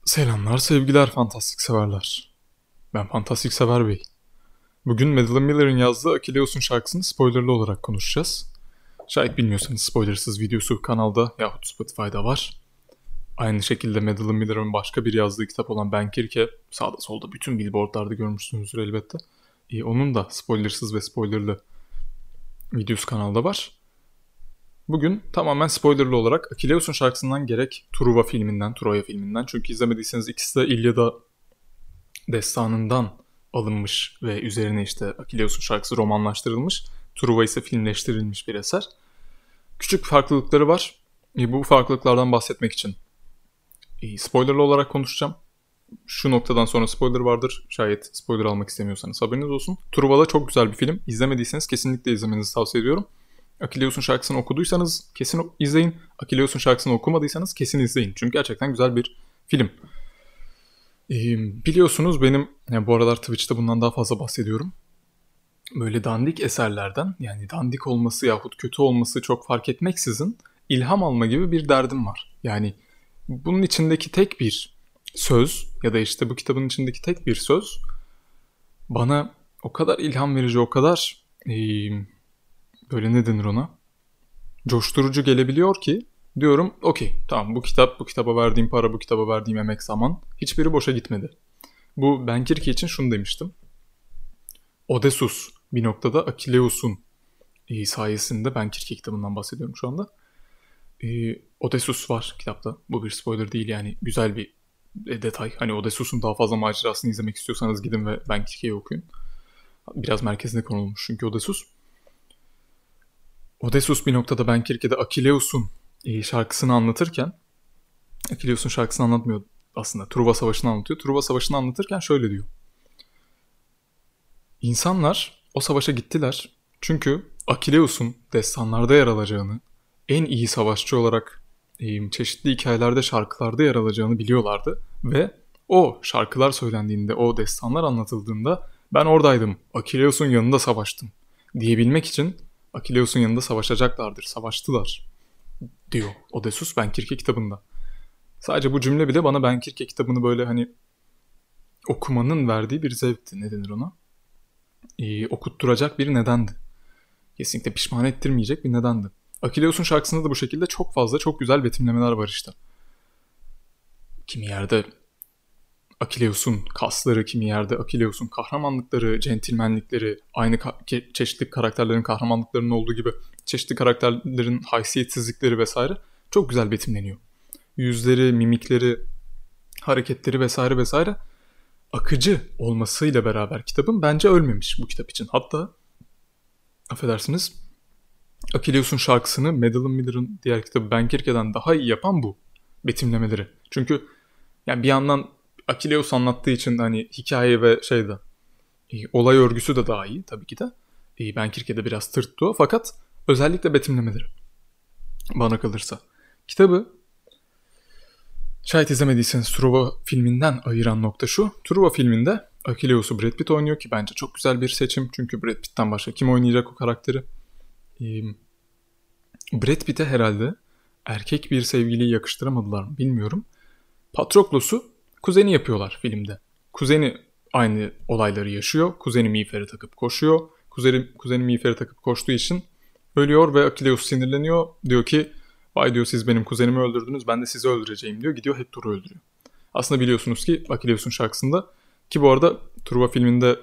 Selamlar sevgiler fantastik severler. Ben Fantastik Sever Bey. Bugün Madeline Miller'ın yazdığı Akileus'un şarkısını spoilerlı olarak konuşacağız. Şayet bilmiyorsanız spoilersız videosu kanalda yahut Spotify'da var. Aynı şekilde Madeline Miller'ın başka bir yazdığı kitap olan Ben Kirke sağda solda bütün billboardlarda görmüşsünüzdür elbette. Onun da spoilersız ve spoilerlı videosu kanalda var. Bugün tamamen spoilerlı olarak Akileus'un şarkısından gerek Troya filminden. Çünkü izlemediyseniz ikisi de İlyada destanından alınmış ve üzerine işte Akileus'un şarkısı romanlaştırılmış. Truva ise filmleştirilmiş bir eser. Küçük farklılıkları var. Bu farklılıklardan bahsetmek için spoilerlı olarak konuşacağım. Şu noktadan sonra spoiler vardır. Şayet spoiler almak istemiyorsanız haberiniz olsun. Truva da çok güzel bir film. İzlemediyseniz kesinlikle izlemenizi tavsiye ediyorum. Akileus'un şarkısını okuduysanız kesin izleyin. Akileus'un şarkısını okumadıysanız kesin izleyin. Çünkü gerçekten güzel bir film. Biliyorsunuz benim bu aralar Twitch'te bundan daha fazla bahsediyorum. Böyle dandik eserlerden, yani dandik olması yahut kötü olması çok fark etmeksizin ilham alma gibi bir derdim var. Yani bunun içindeki tek bir söz ya da işte bu kitabın içindeki tek bir söz bana o kadar ilham verici, o kadar böyle ne denir ona? Coşturucu gelebiliyor ki diyorum okey tamam bu kitaba verdiğim para, bu kitaba verdiğim emek, zaman hiçbiri boşa gitmedi. Bu Ben Kirke için şunu demiştim. Odysseus bir noktada Akileus'un sayesinde, Ben Kirke kitabından bahsediyorum şu anda. Odysseus var kitapta. Bu bir spoiler değil, yani güzel bir detay. Hani Odysseus'un daha fazla macerasını izlemek istiyorsanız gidin ve Ben Kirke'yi okuyun. Biraz merkezine konulmuş çünkü Odysseus. Odysseus bir noktada Ben Kirke'de Akileus'un şarkısını anlatırken, Akileus'un şarkısını anlatmıyor aslında. Truva Savaşı'nı anlatıyor. Truva Savaşı'nı anlatırken şöyle diyor. İnsanlar o savaşa gittiler çünkü Akileus'un destanlarda yer alacağını, en iyi savaşçı olarak çeşitli hikayelerde, şarkılarda yer alacağını biliyorlardı. Ve o şarkılar söylendiğinde, o destanlar anlatıldığında ben oradaydım, Akileus'un yanında savaştım diyebilmek için Akileus'un yanında savaşacaklardır, savaştılar diyor Odysseus Ben Kirke kitabında. Sadece bu cümle bile bana Ben Kirke kitabını böyle hani okumanın verdiği bir zevkti. Ne denir ona? Okutturacak bir nedendi. Kesinlikle pişman ettirmeyecek bir nedendi. Akileus'un şarkısında da bu şekilde çok fazla çok güzel betimlemeler var işte. Kimi yerde Akileus'un kasları, kimi yerde Akileus'un kahramanlıkları, centilmenlikleri, aynı çeşitli karakterlerin kahramanlıklarının olduğu gibi çeşitli karakterlerin haysiyetsizlikleri vesaire çok güzel betimleniyor. Yüzleri, mimikleri, hareketleri vesaire vesaire akıcı olmasıyla beraber kitabın bence ölmemiş bu kitap için. Hatta affedersiniz Akileus'un şarkısını Madeline Miller'ın diğer kitabı Ben Kirke'den daha iyi yapan bu betimlemeleri. Çünkü yani bir yandan Akileus anlattığı için hani hikaye ve olay örgüsü de daha iyi tabii ki de. Ben Kirke'de biraz tırttı o, fakat özellikle betimlemeleri bana kalırsa. Kitabı şayet izlemediyseniz Truva filminden ayıran nokta şu. Truva filminde Akileus'u Brad Pitt oynuyor ki bence çok güzel bir seçim. Çünkü Brad Pitt'ten başka kim oynayacak o karakteri? Brad Pitt'e herhalde erkek bir sevgiliyi yakıştıramadılar mı bilmiyorum. Patroklos'u kuzeni yapıyorlar filmde. Kuzeni aynı olayları yaşıyor. Kuzeni miğferi takıp koşuyor. Kuzeni miğferi takıp koştuğu için ölüyor ve Akileus sinirleniyor. Diyor ki vay diyor, siz benim kuzenimi öldürdünüz, ben de sizi öldüreceğim diyor. Gidiyor Hector'u öldürüyor. Aslında biliyorsunuz ki Akileus'un şarkısında, ki bu arada Truva filminde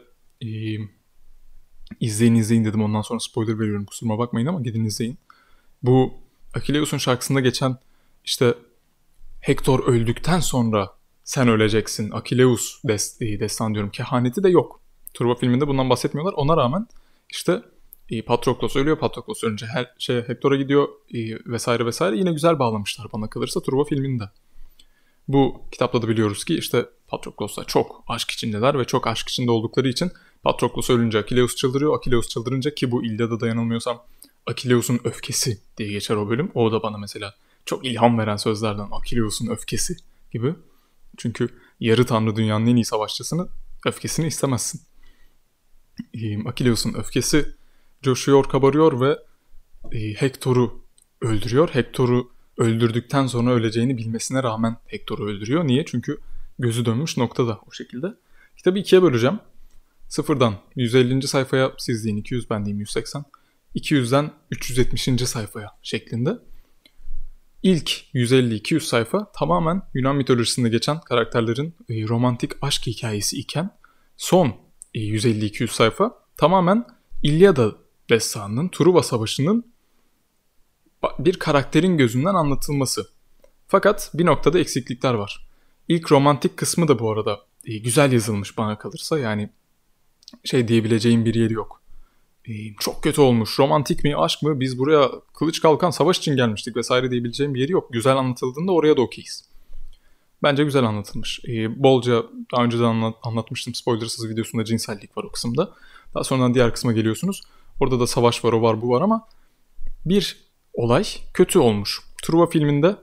izleyin dedim, ondan sonra spoiler veriyorum, kusuruma bakmayın ama gidin izleyin. Bu Akileus'un şarkısında geçen işte Hector öldükten sonra sen öleceksin, Akileus destan diyorum, kehaneti de yok. Truva filminde bundan bahsetmiyorlar. Ona rağmen işte Patroklos ölüyor. Patroklos ölünce Hector'a gidiyor vesaire vesaire. Yine güzel bağlamışlar bana kalırsa Truva filminde. Bu kitapta da biliyoruz ki işte Patroklos'la çok aşk içindeler ve çok aşk içinde oldukları için Patroklos ölünce Akileus çıldırıyor. Akileus çıldırınca, ki bu İlyada dayanılmıyorsam Akileus'un öfkesi diye geçer o bölüm. O da bana mesela çok ilham veren sözlerden, Akileus'un öfkesi gibi. Çünkü yarı tanrı dünyanın en iyi savaşçısının öfkesini istemezsin. Akileus'un öfkesi coşuyor, kabarıyor ve Hector'u öldürüyor. Hector'u öldürdükten sonra öleceğini bilmesine rağmen Hector'u öldürüyor. Niye? Çünkü gözü dönmüş noktada o şekilde. Kitabı ikiye böleceğim. Sıfırdan 150. sayfaya siz deyin 200, ben diyeyim 180. 200'den 370. sayfaya şeklinde. İlk 150-200 sayfa tamamen Yunan mitolojisinde geçen karakterlerin romantik aşk hikayesi iken son 150-200 sayfa tamamen İlyada destanının, Truva Savaşı'nın bir karakterin gözünden anlatılması. Fakat bir noktada eksiklikler var. İlk romantik kısmı da bu arada güzel yazılmış bana kalırsa. Yani şey diyebileceğim bir yeri yok. Çok kötü olmuş, romantik mi, aşk mı, biz buraya kılıç kalkan savaş için gelmiştik vesaire diyebileceğim bir yeri yok. Güzel anlatıldığında oraya da okeyiz. Bence güzel anlatılmış. Bolca daha önceden anlatmıştım, spoilersız videosunda cinsellik var o kısımda. Daha sonra diğer kısma geliyorsunuz. Orada da savaş var, o var, bu var ama bir olay kötü olmuş. Truva filminde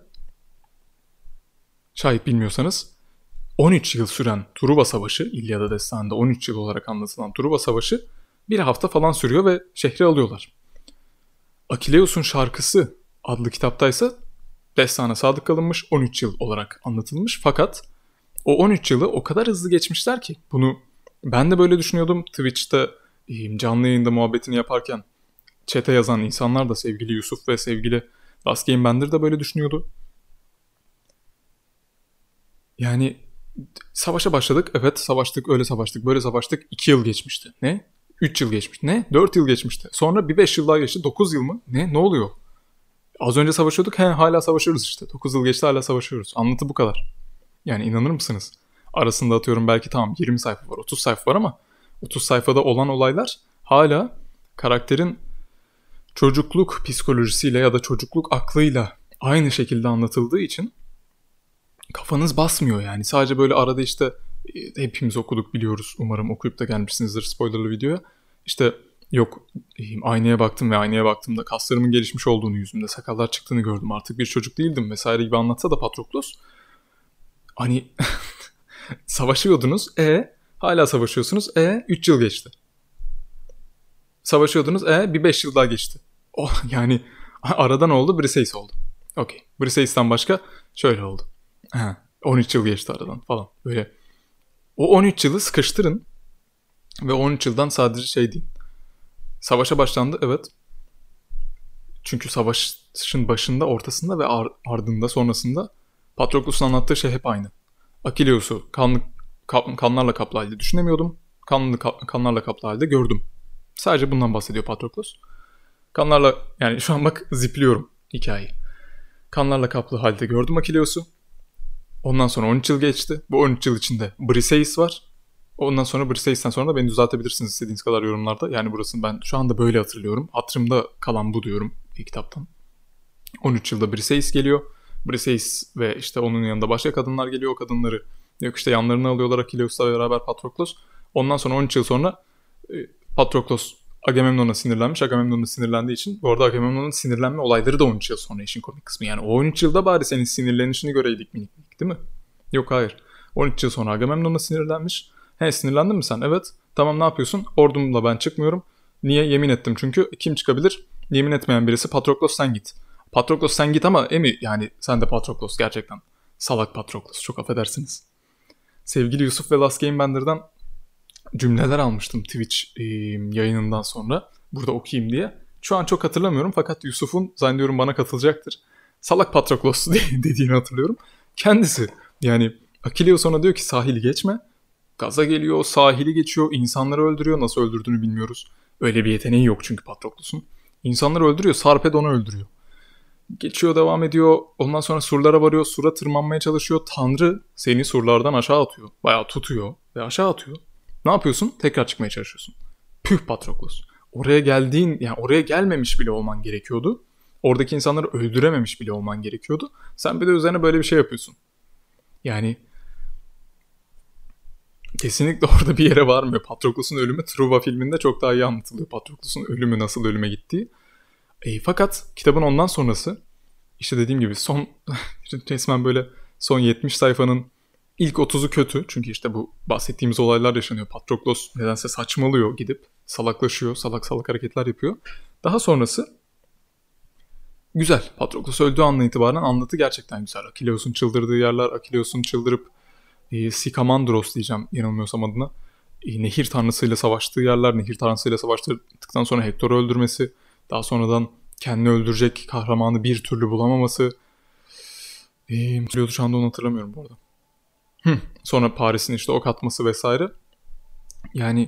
şayet bilmiyorsanız 13 yıl süren Truva Savaşı, İlyada Destanı'nda 13 yıl olarak anlatılan Truva Savaşı bir hafta falan sürüyor ve şehri alıyorlar. Akileus'un Şarkısı adlı kitaptaysa destana sadık kalınmış, 13 yıl olarak anlatılmış. Fakat o 13 yılı o kadar hızlı geçmişler ki bunu ben de böyle düşünüyordum. Twitch'te canlı yayında muhabbetini yaparken chat'e yazan insanlar da, sevgili Yusuf ve sevgili Last Game Bender de böyle düşünüyordu. Yani savaşa başladık. Evet, savaştık, öyle savaştık, böyle savaştık. 2 yıl geçmişti. Ne? 3 yıl geçmişti. Ne? 4 yıl geçmişti. Sonra bir 5 yıl daha geçti. 9 yıl mı? Ne? Ne oluyor? Az önce savaşıyorduk. Hala savaşıyoruz işte. 9 yıl geçti, hala savaşıyoruz. Anlatı bu kadar. Yani inanır mısınız? Arasında atıyorum belki tamam 20 sayfa var, 30 sayfa var ama 30 sayfada olan olaylar hala karakterin çocukluk psikolojisiyle ya da çocukluk aklıyla aynı şekilde anlatıldığı için kafanız basmıyor yani. Sadece böyle arada işte hepimiz okuduk, biliyoruz. Umarım okuyup da gelmişsinizdir spoilerlı videoya. İşte yok aynaya baktım ve aynaya baktığımda kaslarımın gelişmiş olduğunu, yüzümde sakallar çıktığını gördüm. Artık bir çocuk değildim vesaire gibi anlatsa da Patroklos. Hani savaşıyordunuz. Hala savaşıyorsunuz. 3 yıl geçti. Savaşıyordunuz. Bir 5 yıl daha geçti. Oh yani arada ne oldu? Briseis oldu. Okey. Briseis'ten başka şöyle oldu. 13 yıl geçti aradan falan. Böyle o 13 yılı sıkıştırın ve 13 yıldan sadece şey değil. Savaşa başlandı, evet. Çünkü savaşın başında, ortasında ve ardında, sonrasında Patroklos'un anlattığı şey hep aynı. Akileus'u kanlarla kaplı halde düşünemiyordum. Kanlarla kaplı halde gördüm. Sadece bundan bahsediyor Patroklos. Kanlarla, yani şu an bak zipliyorum hikayeyi. Kanlarla kaplı halde gördüm Akileus'u. Ondan sonra 13 yıl geçti. Bu 13 yıl içinde Briseis var. Ondan sonra Briseis'ten sonra da beni düzeltebilirsiniz istediğiniz kadar yorumlarda. Yani burasını ben şu anda böyle hatırlıyorum. Hatırımda kalan bu diyorum kitaptan. 13 yılda Briseis geliyor. Briseis ve işte onun yanında başka kadınlar geliyor. O kadınları yok işte yanlarına alıyorlar Akileus'la beraber Patroklos. Ondan sonra 13 yıl sonra Patroklos Agamemnon'a sinirlenmiş. Agamemnon'a sinirlendiği için, bu arada Agamemnon'un sinirlenme olayları da 13 yıl sonra işin komik kısmı. Yani o 13 yılda bari senin sinirlenişini göreydik minik minik, değil mi? Yok, hayır. 13 yıl sonra Agamemnon'a sinirlenmiş. Sinirlendin mi sen? Evet. Tamam, ne yapıyorsun? Ordumla ben çıkmıyorum. Niye? Yemin ettim çünkü. Kim çıkabilir? Yemin etmeyen birisi. Patroklos sen git. Patroklos sen git ama yani sen de Patroklos gerçekten. Salak Patroklos, çok affedersiniz. Sevgili Yusuf ve Last Game Bender'dan cümleler almıştım Twitch yayınından sonra. Burada okuyayım diye. Şu an çok hatırlamıyorum fakat Yusuf'un zannediyorum bana katılacaktır. Salak Patroklos dediğini hatırlıyorum. Kendisi yani Akileus ona diyor ki sahili geçme. Gaza geliyor, sahili geçiyor, insanları öldürüyor. Nasıl öldürdüğünü bilmiyoruz. Öyle bir yeteneği yok çünkü Patroklos'un. İnsanları öldürüyor, Sarpedon'u öldürüyor. Geçiyor, devam ediyor. Ondan sonra surlara varıyor, sura tırmanmaya çalışıyor. Tanrı seni surlardan aşağı atıyor. Bayağı tutuyor ve aşağı atıyor. Ne yapıyorsun? Tekrar çıkmaya çalışıyorsun. Püh Patroklos. Oraya geldiğin, yani oraya gelmemiş bile olman gerekiyordu. Oradaki insanları öldürememiş bile olman gerekiyordu. Sen bir de üzerine böyle bir şey yapıyorsun. Yani kesinlikle orada bir yere varmıyor. Patroklos'un ölümü Truva filminde çok daha iyi anlatılıyor. Patroklos'un ölümü, nasıl ölüme gittiği. Fakat kitabın ondan sonrası, işte dediğim gibi son resmen böyle son 70 sayfanın ilk 30'u kötü. Çünkü işte bu bahsettiğimiz olaylar yaşanıyor. Patroklos nedense saçmalıyor, gidip salaklaşıyor, salak salak hareketler yapıyor. Daha sonrası güzel. Patroklos öldüğü andan itibaren anlatı gerçekten güzel. Akileus'un çıldırdığı yerler, Akileus'un çıldırıp Sikamandros diyeceğim yanılmıyorsam adına. Nehir tanrısıyla savaştığı yerler, nehir tanrısıyla savaştıktan sonra Hektor'u öldürmesi, daha sonradan kendini öldürecek kahramanı bir türlü bulamaması. Şu anda onu hatırlamıyorum bu arada. Sonra Paris'in işte ok atması vesaire. Yani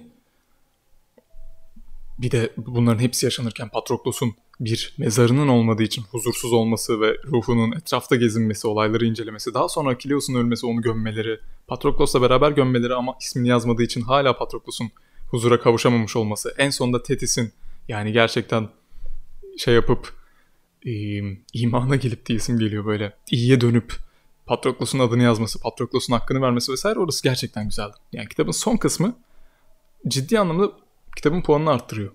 bir de bunların hepsi yaşanırken Patroklos'un bir mezarının olmadığı için huzursuz olması ve ruhunun etrafta gezinmesi, olayları incelemesi, daha sonra Akileus'un ölmesi, onu gömmeleri, Patroklos'la beraber gömmeleri ama ismini yazmadığı için hala Patroklos'un huzura kavuşamamış olması, en sonunda Thetis'in yani gerçekten şey yapıp imana gelip diye isim geliyor böyle, iyiye dönüp Patroklos'un adını yazması, Patroklos'un hakkını vermesi vesaire, orası gerçekten güzeldi. Yani kitabın son kısmı ciddi anlamda kitabın puanını arttırıyor.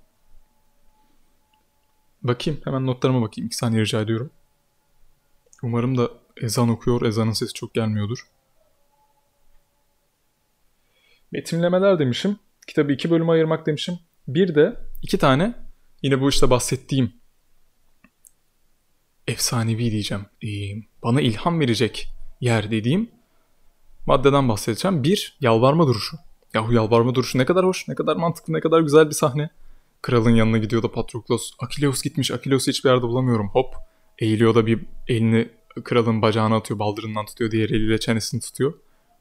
Bakayım, hemen notlarıma bakayım. 2 saniye rica ediyorum. Umarım da ezan okuyor, ezanın sesi çok gelmiyordur. Betimlemeler demişim. Kitabı 2 bölüme ayırmak demişim. Bir de 2 tane yine bu işte bahsettiğim efsanevi diyeceğim. Bana ilham verecek yer dediğim maddeden bahsedeceğim. Bir, yalvarma duruşu. Yahu yalvarma duruşu ne kadar hoş, ne kadar mantıklı, ne kadar güzel bir sahne. Kralın yanına gidiyor da Patroklos. Akileus gitmiş, Akileus'u hiçbir yerde bulamıyorum. Hop, eğiliyor da bir elini kralın bacağına atıyor, baldırından tutuyor, diğer eliyle çenesini tutuyor.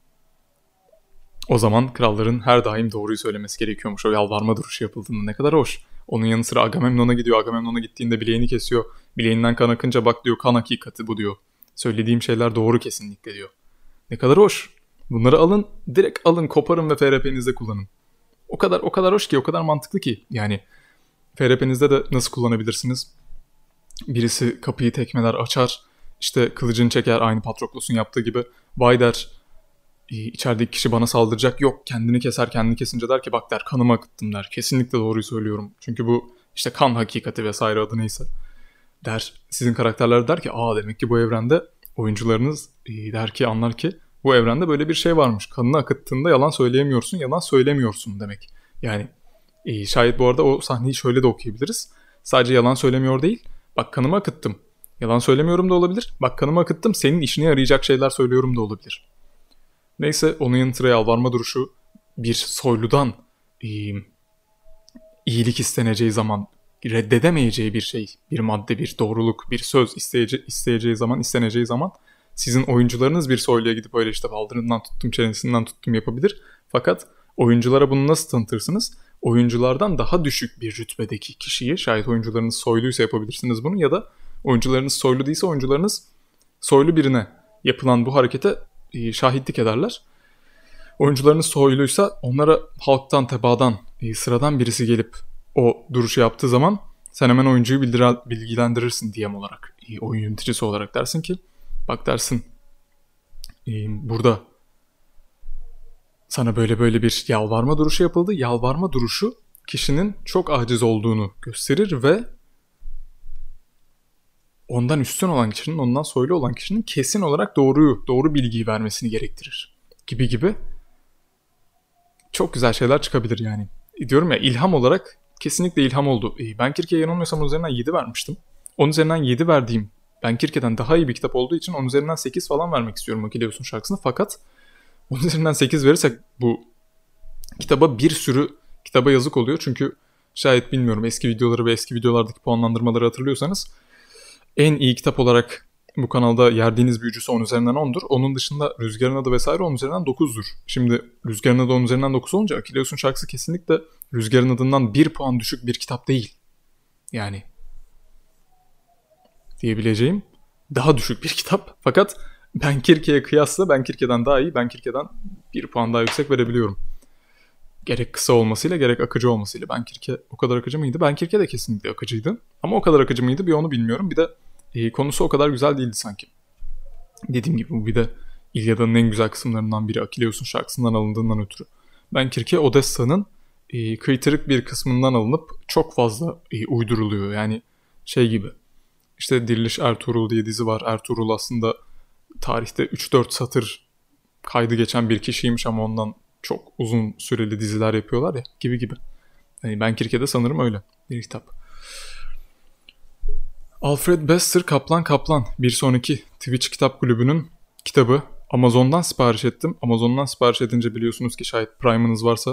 O zaman kralların her daim doğruyu söylemesi gerekiyormuş. O yalvarma duruşu yapıldığında ne kadar hoş. Onun yanı sıra Agamemnon'a gidiyor. Agamemnon'a gittiğinde bileğini kesiyor. Bileğinden kan akınca bak diyor, kan hakikati bu diyor. Söylediğim şeyler doğru kesinlikle diyor. Ne kadar hoş. Bunları alın, direkt alın, koparın ve FRP'nizde kullanın. O kadar hoş ki, o kadar mantıklı ki. Yani FRP'nizde de nasıl kullanabilirsiniz? Birisi kapıyı tekmeler, açar, işte kılıcını çeker aynı Patroklos'un yaptığı gibi. Vay der, içerideki kişi bana saldıracak. Yok, kendini keser, kendini kesince der ki bak der, kanımı akıttım der. Kesinlikle doğruyu söylüyorum. Çünkü bu işte kan hakikati vesaire adı neyse. Der, sizin karakterler der ki demek ki bu evrende oyuncularınız der ki, anlar ki bu evrende böyle bir şey varmış. Kanını akıttığında yalan söyleyemiyorsun, yalan söylemiyorsun demek. Yani şayet bu arada o sahneyi şöyle de okuyabiliriz. Sadece yalan söylemiyor değil, bak kanımı akıttım. Yalan söylemiyorum da olabilir. Bak kanımı akıttım, senin işine yarayacak şeyler söylüyorum da olabilir. Neyse, onun yanı sıra yalvarma duruşu, bir soyludan iyilik isteneceği zaman reddedemeyeceği bir şey, bir madde, bir doğruluk, bir söz isteyeceği zaman, isteneceği zaman sizin oyuncularınız bir soyluya gidip öyle işte baldırından tuttum, çenesinden tuttum yapabilir. Fakat oyunculara bunu nasıl tanıtırsınız? Oyunculardan daha düşük bir rütbedeki kişiyi, şayet oyuncularınız soyluysa yapabilirsiniz bunu, ya da oyuncularınız soylu değilse oyuncularınız soylu birine yapılan bu harekete şahitlik ederler. Oyuncularınız soyluysa onlara halktan, tebaadan, sıradan birisi gelip o duruşu yaptığı zaman sen hemen oyuncuyu bilgilendirirsin DM olarak, oyun yöneticisi olarak dersin ki bak dersin, burada sana böyle böyle bir yalvarma duruşu yapıldı. Yalvarma duruşu kişinin çok aciz olduğunu gösterir ve ondan üstün olan kişinin, ondan soylu olan kişinin kesin olarak doğru bilgiyi vermesini gerektirir. Gibi. Çok güzel şeyler çıkabilir yani. Diyorum ya, ilham olarak kesinlikle ilham oldu. Ben Kirke'ye yanılmıyorsam 10 üzerinden 7 vermiştim. 10 üzerinden 7 verdiğim Ben Kirke'den daha iyi bir kitap olduğu için 10 üzerinden 8 falan vermek istiyorum Akileus'un şarkısına. Fakat 10 üzerinden 8 verirsek bu kitaba bir sürü kitaba yazık oluyor. Çünkü şayet bilmiyorum eski videoları ve eski videolardaki puanlandırmaları hatırlıyorsanız en iyi kitap olarak bu kanalda yerdiğiniz büyücüsü 10 üzerinden 10'dur. Onun dışında Rüzgar'ın Adı vesaire 10 üzerinden 9'dur. Şimdi Rüzgar'ın Adı 10 üzerinden 9 olunca Akileus'un şarkısı kesinlikle Rüzgar'ın Adı'ndan 1 puan düşük bir kitap değil. Yani diyebileceğim daha düşük bir kitap. Fakat Ben Kirke'ye kıyasla Ben Kirke'den daha iyi. Ben Kirke'den 1 puan daha yüksek verebiliyorum. Gerek kısa olmasıyla gerek akıcı olmasıyla. Ben Kirke o kadar akıcı mıydı? Ben Kirke de kesinlikle akıcıydı. Ama o kadar akıcı mıydı bir onu bilmiyorum. Bir de konusu o kadar güzel değildi sanki. Dediğim gibi bu bir de İlyada'nın en güzel kısımlarından biri Akileus'un şarkısından alındığından ötürü. Ben Kirke Odessa'nın kıytırık bir kısmından alınıp çok fazla uyduruluyor. Yani şey gibi. İşte Diriliş Ertuğrul diye dizi var. Ertuğrul aslında tarihte 3-4 satır kaydı geçen bir kişiymiş ama ondan çok uzun süreli diziler yapıyorlar ya, gibi. Yani Ben Kirke'de sanırım öyle bir kitap. Alfred Bester Kaplan bir sonraki Twitch Kitap Kulübü'nün kitabı. Amazon'dan sipariş ettim. Amazon'dan sipariş edince biliyorsunuz ki şayet Prime'ınız varsa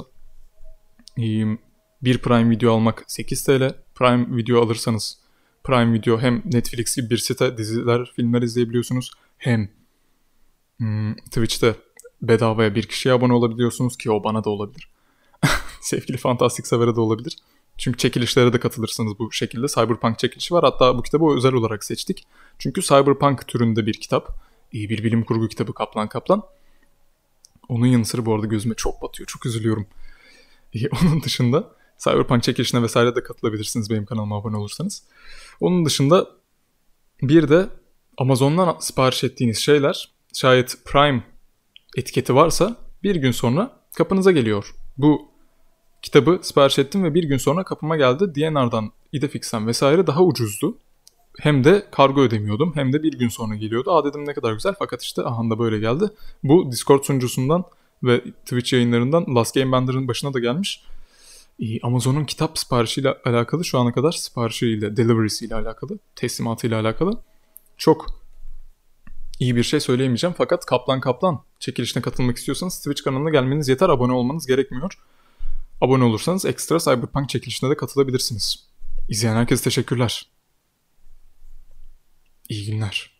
bir Prime Video almak 8 TL. Prime Video alırsanız Prime Video hem Netflix gibi bir site diziler, filmler izleyebiliyorsunuz. Hem Twitch'te bedavaya bir kişiye abone olabiliyorsunuz ki o bana da olabilir. Sevgili fantastik severe de olabilir. Çünkü çekilişlere de katılırsınız bu şekilde. Cyberpunk çekilişi var. Hatta bu kitabı özel olarak seçtik. Çünkü Cyberpunk türünde bir kitap. İyi bir bilim kurgu kitabı Kaplan Kaplan. Onun yanı sıra bu arada gözüme çok batıyor. Çok üzülüyorum. Onun dışında Cyberpunk çekilişine vesaire de katılabilirsiniz benim kanalıma abone olursanız. Onun dışında bir de Amazon'dan sipariş ettiğiniz şeyler şayet Prime etiketi varsa bir gün sonra kapınıza geliyor. Bu kitabı sipariş ettim ve bir gün sonra kapıma geldi. DNR'dan, Idefix'ten vesaire daha ucuzdu. Hem de kargo ödemiyordum hem de bir gün sonra geliyordu. Dedim ne kadar güzel, fakat işte aha da böyle geldi. Bu Discord sunucusundan ve Twitch yayınlarından Last Game Bender'ın başına da gelmiş. Amazon'un kitap siparişiyle alakalı şu ana kadar siparişiyle, delivery'siyle alakalı, teslimatıyla alakalı çok iyi bir şey söyleyemeyeceğim. Fakat Kaplan Kaplan çekilişine katılmak istiyorsanız Twitch kanalına gelmeniz yeter, abone olmanız gerekmiyor. Abone olursanız ekstra Cyberpunk çekilişine de katılabilirsiniz. İzleyen herkese teşekkürler. İyi günler.